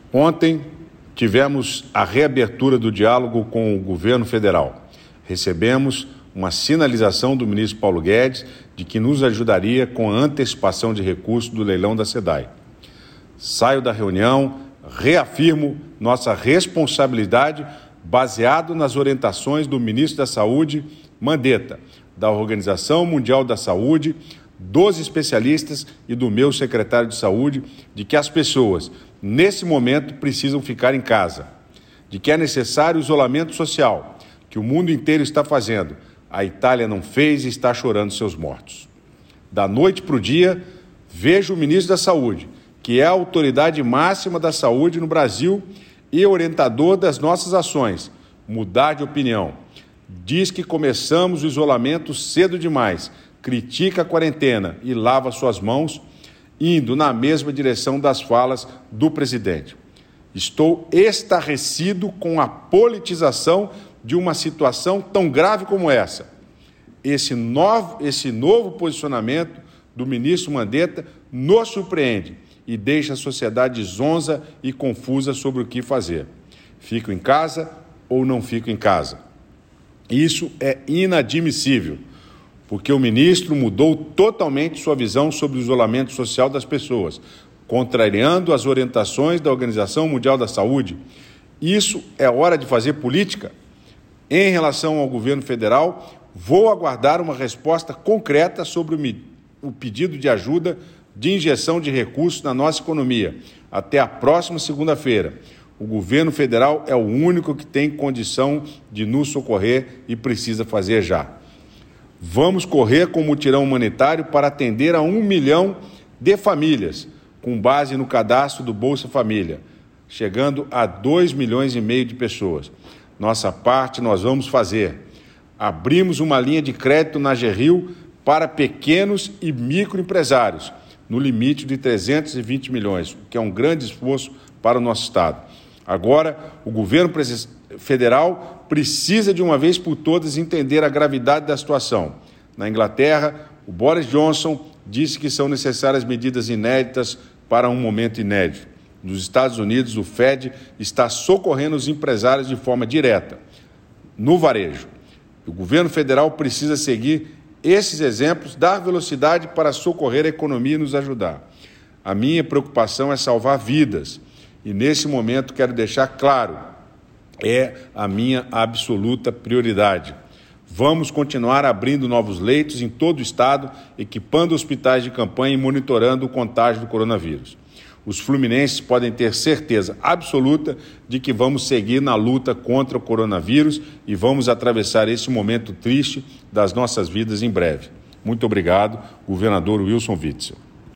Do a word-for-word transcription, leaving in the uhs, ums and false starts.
Ontem tivemos a reabertura do diálogo com o governo federal. Recebemos uma sinalização do ministro Paulo Guedes de que nos ajudaria com a antecipação de recursos do leilão da SEDAI. Saio da reunião, reafirmo nossa responsabilidade baseado nas orientações do ministro da Saúde, Mandetta, da Organização Mundial da Saúde, dos especialistas e do meu secretário de Saúde, de que as pessoas, nesse momento, precisam ficar em casa, de que é necessário o isolamento social, que o mundo inteiro está fazendo. A Itália não fez e está chorando seus mortos. Da noite para o dia, vejo o ministro da Saúde, que é a autoridade máxima da saúde no Brasil e orientador das nossas ações, mudar de opinião. Diz que começamos o isolamento cedo demais, critica a quarentena e lava suas mãos, indo na mesma direção das falas do presidente. Estou estarrecido com a politização de uma situação tão grave como essa. Esse novo, esse novo posicionamento do ministro Mandetta nos surpreende e deixa a sociedade zonza e confusa sobre o que fazer. Fico em casa ou não fico em casa? Isso é inadmissível, porque o ministro mudou totalmente sua visão sobre o isolamento social das pessoas, contrariando as orientações da Organização Mundial da Saúde. Isso é hora de fazer política? Em relação ao governo federal, vou aguardar uma resposta concreta sobre o, o pedido de ajuda de injeção de recursos na nossa economia. Até a próxima segunda-feira. O governo federal é o único que tem condição de nos socorrer e precisa fazer já. Vamos correr com o mutirão humanitário para atender a um milhão de famílias, com base no cadastro do Bolsa Família, chegando a dois milhões e meio de pessoas. Nossa parte nós vamos fazer. Abrimos uma linha de crédito na Gerril para pequenos e microempresários, no limite de trezentos e vinte milhões, o que é um grande esforço para o nosso Estado. Agora, o governo federal precisa de uma vez por todas entender a gravidade da situação. Na Inglaterra, o Boris Johnson disse que são necessárias medidas inéditas para um momento inédito. Nos Estados Unidos, o Fed está socorrendo os empresários de forma direta, no varejo. O governo federal precisa seguir esses exemplos, dar velocidade para socorrer a economia e nos ajudar. A minha preocupação é salvar vidas e, nesse momento, quero deixar claro, é a minha absoluta prioridade. Vamos continuar abrindo novos leitos em todo o estado, equipando hospitais de campanha e monitorando o contágio do coronavírus. Os fluminenses podem ter certeza absoluta de que vamos seguir na luta contra o coronavírus e vamos atravessar esse momento triste das nossas vidas em breve. Muito obrigado, governador Wilson Witzel.